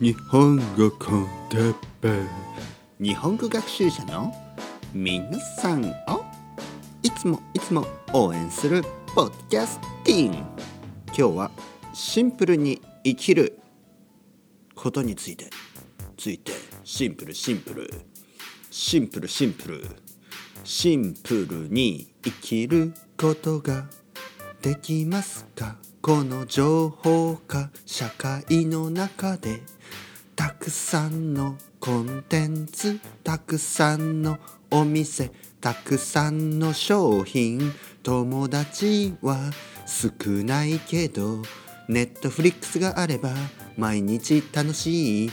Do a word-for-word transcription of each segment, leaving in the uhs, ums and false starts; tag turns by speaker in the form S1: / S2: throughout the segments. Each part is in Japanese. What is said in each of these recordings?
S1: 日本語コンテッペイ、日本語学習者の皆さんをいつもいつも応援するポッドキャスティング。今日はシンプルに生きることについてついてシンプルシンプルシンプルシンプルシンプルに生きることができますか。この情報化社会の中でたくさんのコンテンツ、たくさんのお店、たくさんの商品、友達は少ないけどネットフリックスがあれば毎日楽しい。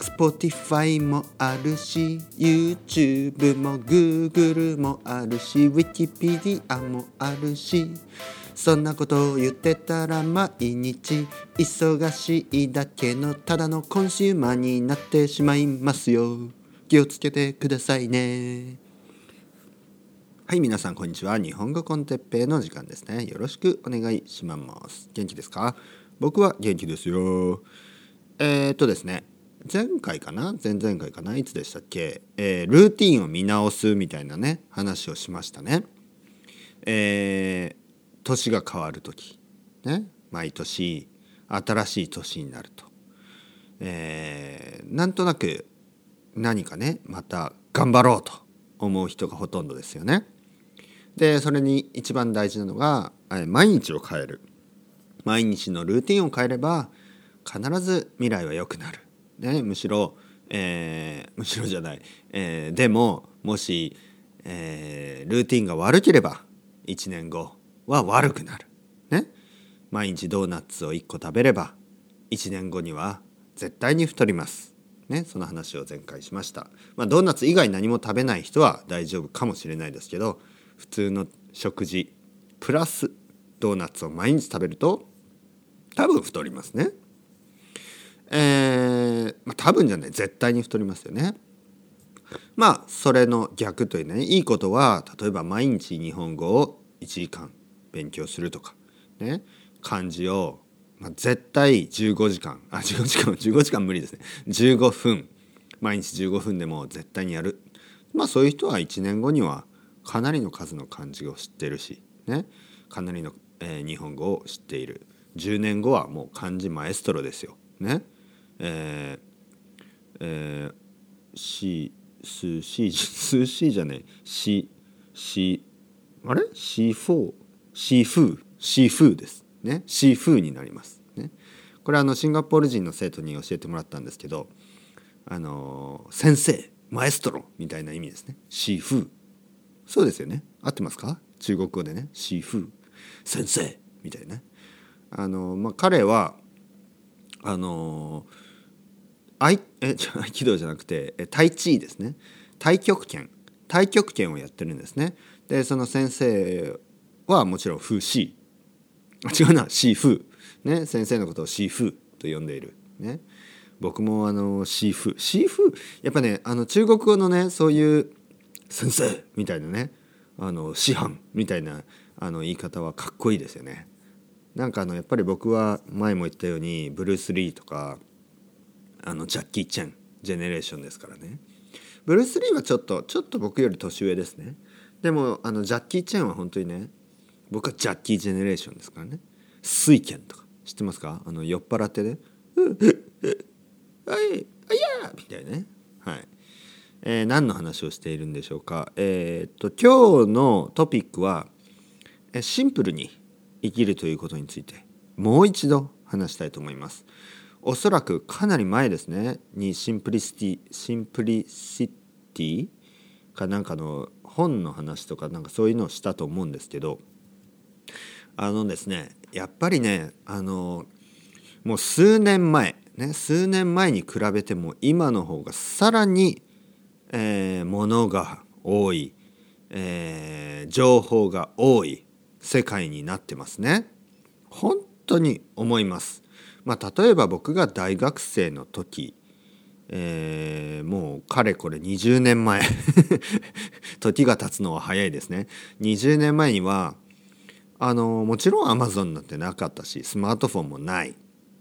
S1: Spotify もあるし YouTube も Google もあるし Wikipedia もあるし、そんなことを言ってたら毎日忙しいだけのただのコンシューマーになってしまいますよ。気をつけてくださいね。はい、皆さんこんにちは。日本語コンテッペイの時間ですね。よろしくお願いします。元気ですか？僕は元気ですよ。えー、っとですね前回かな前々回かないつでしたっけ、えー、ルーティンを見直すみたいなね話をしましたね。えー年が変わるとき、ね、毎年新しい年になると、えー、なんとなく何かねまた頑張ろうと思う人がほとんどですよね。でそれに一番大事なのが毎日を変える。毎日のルーティンを変えれば必ず未来は良くなる、ね、むしろ、えー、むしろじゃない、えー、でももし、えー、ルーティンが悪ければいちねんごは悪くなる、ね、毎日ドーナツをいっこ食べればいちねんごには絶対に太ります、ね、その話を前回しました。まあ、ドーナツ以外何も食べない人は大丈夫かもしれないですけど、普通の食事プラスドーナツを毎日食べると多分太りますね。えーまあ、多分じゃない絶対に太りますよね。まあそれの逆というね、いいことは例えば毎日日本語をいちじかん勉強するとかね、漢字を、まあ、絶対じゅうごじかんあじゅうごじかんじゅうごじかん無理ですね。じゅうごふん毎日じゅうごふんでも絶対にやる。まあそういう人はいちねんごにはかなりの数の漢字を知ってるしね、かなりの、えー、日本語を知っている。じゅうねんごはもう漢字マエストロですよね。えー、えー、しすしすしじゃねえししあれシーフォーシーフーシーフーですね。シーフーになりますね。これはあのシンガポール人の生徒に教えてもらったんですけど、あのー、先生マエストロみたいな意味ですね。シーフー、そうですよね。合ってますか？中国語でね、シーフー先生みたいなね。あのー、まあ彼はあのー、合え気道じゃなくてタイチーですね。太極拳太極拳をやってるんですね。でその先生はもちろんフーシー、違うな、シーフー、ね、先生のことをシーフーと呼んでいる、ね、僕もあのシーフーシーフーやっぱね、あの中国語のねそういう先生みたいなね、あの師範みたいなあの言い方はかっこいいですよね。なんかあのやっぱり僕は前も言ったようにブルース・リーとかあのジャッキー・チェンジェネレーションですからね。ブルース・リーはちょっとちょっと僕より年上ですね。でもあのジャッキー・チェンは本当にね、僕はジャッキー・ジェネレーションですからね。水拳とか知ってますか？あの酔っ払ってね「うっあいあいや」みたいなね。はい、えー、何の話をしているんでしょうか。えー、っと今日のトピックはシンプルに生きるということについてもう一度話したいと思います。おそらくかなり前ですねにシンプリシティシンプリシティかなんかの本の話とかなんかそういうのをしたと思うんですけど、あのですねやっぱりねあのもう数年前ね数年前に比べても今の方がさらに、えー、ものが多い、えー、情報が多い世界になってますね。本当に思います。まあ、例えば僕が大学生の時、えー、もうかれこれにじゅうねんまえ時が経つのは早いですね。にじゅうねんまえにはあのもちろん Amazon なんてなかったしスマートフォンもない、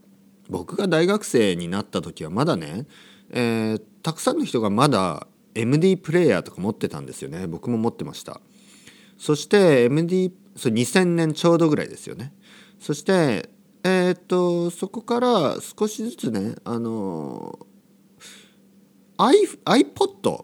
S1: 僕が大学生になった時はまだね、えー、たくさんの人がまだ エムディー プレイヤーとか持ってたんですよね。僕も持ってました。そして エムディー それにせんねんちょうどぐらいですよね。そしてえー、っとそこから少しずつね、あの iPod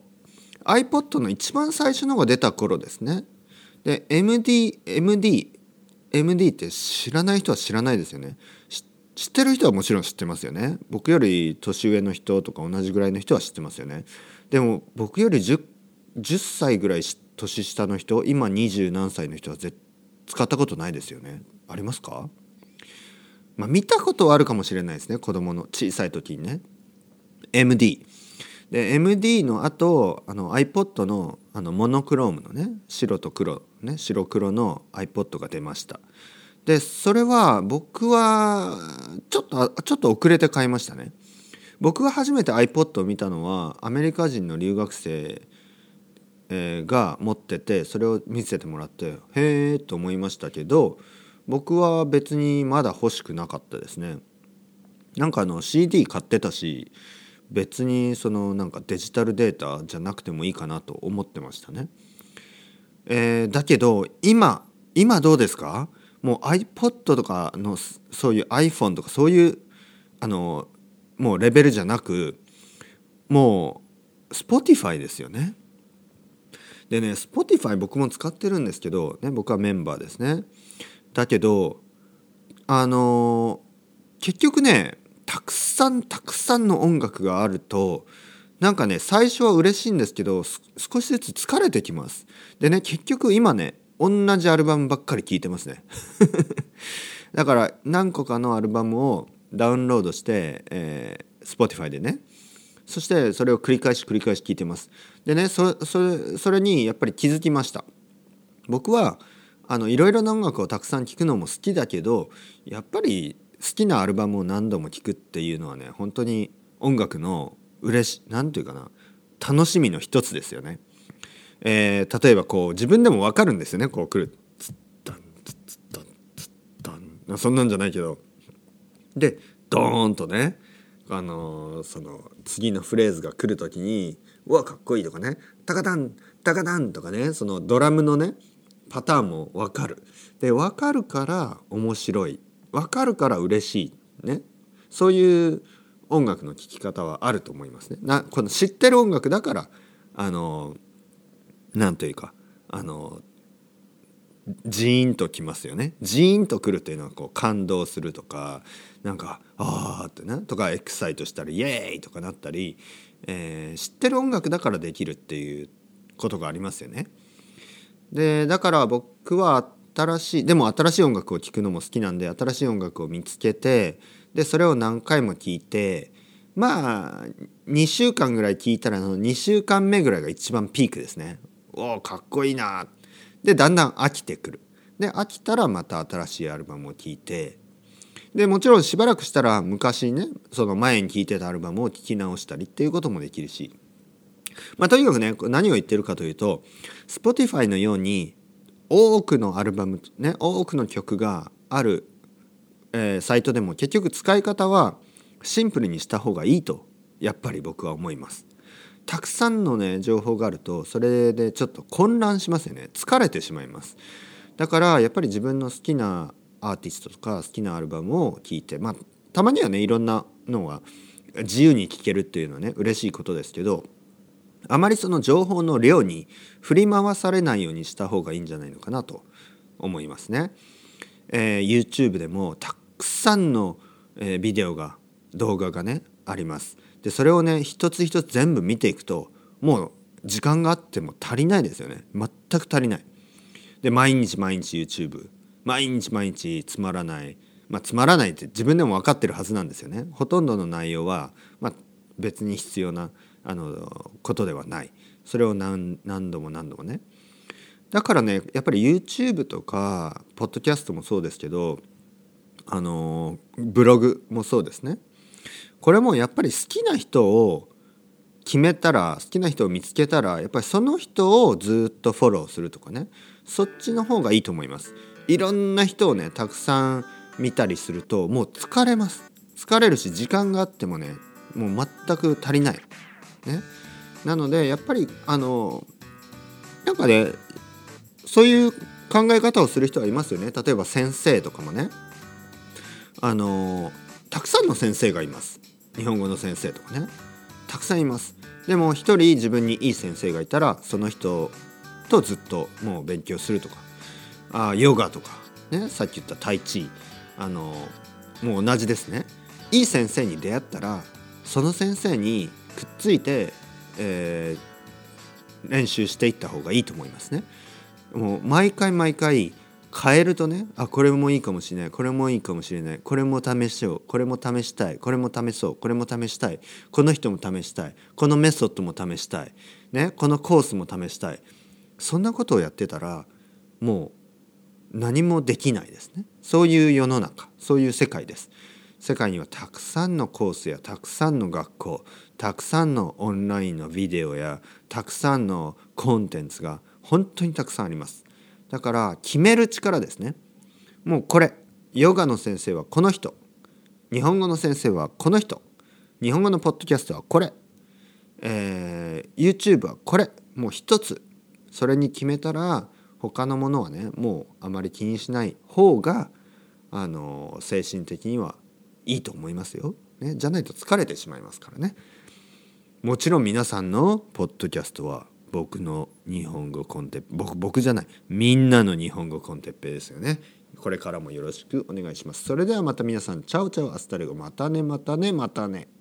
S1: iPod の一番最初のが出た頃ですね。で エムディー エムディー エムディー って知らない人は知らないですよね。知ってる人はもちろん知ってますよね。僕より年上の人とか同じぐらいの人は知ってますよね。でも僕より 10, じゅっさいぐらい年下の人、今にじゅう何歳の人はぜ使ったことないですよね。ありますか？まあ見たことはあるかもしれないですね。子供の小さい時にね エムディー で エムディー の後あの iPod の, あのモノクロームのね白と黒ね白黒の iPod が出ました。でそれは僕はちょっとちょっと遅れて買いましたね。僕が初めて iPod を見たのはアメリカ人の留学生が持ってて、それを見せてもらってへーと思いましたけど、僕は別にまだ欲しくなかったですね。なんかあの シーディー 買ってたし、別にそのなんかデジタルデータじゃなくてもいいかなと思ってましたね。えー、だけど今今どうですか？もう iPod とかのそういう iPhone とかそういうあのもうレベルじゃなく、もう Spotify ですよね。でね Spotify 僕も使ってるんですけど、ね、僕はメンバーですね。だけどあの結局ねたくさんたくさんの音楽があるとなんかね最初は嬉しいんですけど少しずつ疲れてきます。でね結局今ね同じアルバムばっかり聴いてますねだから何個かのアルバムをダウンロードして、えー、Spotify でね、そしてそれを繰り返し繰り返し聴いてます。でね そ, そ, れそれにやっぱり気づきました。僕はあのいろいろな音楽をたくさん聴くのも好きだけど、やっぱり好きなアルバムを何度も聴くっていうのはね本当に音楽の嬉しなんていうかな楽しみの一つですよね。えー、例えばこう自分でも分かるんですよね。こう来るツッタンツッツッタンツッタンそんなんじゃないけど、でドーンとねあのー、その次のフレーズが来る時にうわかっこいいとかねタカタンタカタンとかね、そのドラムのねパターンも分かる。で分かるから面白い、分かるから嬉しいね、そういう音楽の聴き方はあると思いますね。なこの知ってる音楽だからあのなんというかあのジーンときますよね。ジーンとくるというのはこう感動するとかなんかあーってねとかエクサイトしたりイエーイとかなったり、えー、知ってる音楽だからできるっていうことがありますよね。でだから僕は新しいでも新しい音楽を聴くのも好きなんで、新しい音楽を見つけてでそれを何回も聴いて、まあにしゅうかんぐらい聴いたらのにしゅうかんめぐらいが一番ピークですね。おーかっこいいな。でだんだん飽きてくる。で飽きたらまた新しいアルバムを聴いて、でもちろんしばらくしたら昔ねその前に聴いてたアルバムを聴き直したりっていうこともできるし、まあとにかくね何を言ってるかというと Spotify のように多くのアルバムね多くの曲がある、えー、サイトでも結局使い方はシンプルにした方がいいとやっぱり僕は思います。たくさんのね情報があるとそれでちょっと混乱しますよね。疲れてしまいます。だからやっぱり自分の好きなアーティストとか好きなアルバムを聴いて、まあたまにはねいろんなのは自由に聴けるっていうのはね嬉しいことですけど、あまりその情報の量に振り回されないようにした方がいいんじゃないのかなと思いますね。えー、YouTube でもたくさんの、えー、ビデオが動画がねあります。でそれをね一つ一つ全部見ていくともう時間があっても足りないですよね。全く足りない。で毎日毎日 YouTube 毎日毎日つまらないまあつまらないって自分でも分かってるはずなんですよね。ほとんどの内容は、まあ、別に必要なあのことではない。それを 何, 何度も何度もね。だからねやっぱり YouTube とかポッドキャストもそうですけど、あのブログもそうですね。これもやっぱり好きな人を決めたら好きな人を見つけたらやっぱりその人をずっとフォローするとかね、そっちの方がいいと思います。いろんな人をねたくさん見たりするともう疲れます疲れるし、時間があってもねもう全く足りない、ね、なのでやっぱりあのなんかねそういう考え方をする人はいますよね。例えば先生とかもね、あのたくさんの先生がいます。日本語の先生とかねたくさんいます。でも一人自分にいい先生がいたらその人とずっともう勉強するとか、あヨガとかね、さっき言ったタイチ、あのもう同じですね。いい先生に出会ったらその先生にくっついて、えー、練習していった方がいいと思いますね。もう毎回毎回変えるとね、あこれもいいかもしれない、これもいいかもしれない、これも試しよう、これも試したい、これも試そう、これも試したい、この人も試したい、このメソッドも試したい、ね、このコースも試したい。そんなことをやってたらもう何もできないですね。そういう世の中、そういう世界です。世界にはたくさんのコースやたくさんの学校、たくさんのオンラインのビデオやたくさんのコンテンツが本当にたくさんあります。だから決める力ですね。もうこれ、ヨガの先生はこの人、日本語の先生はこの人、日本語のポッドキャストはこれ、えー、YouTube はこれ、もう一つそれに決めたら他のものはねもうあまり気にしない方があの精神的にはいいと思いますよ、ね、じゃないと疲れてしまいますからね。もちろん皆さんのポッドキャストは僕の日本語コンテッペ、僕僕じゃないみんなの日本語コンテッペですよね。これからもよろしくお願いします。それではまた皆さんチャオチャオアスタレゴ、またねまたねまたね。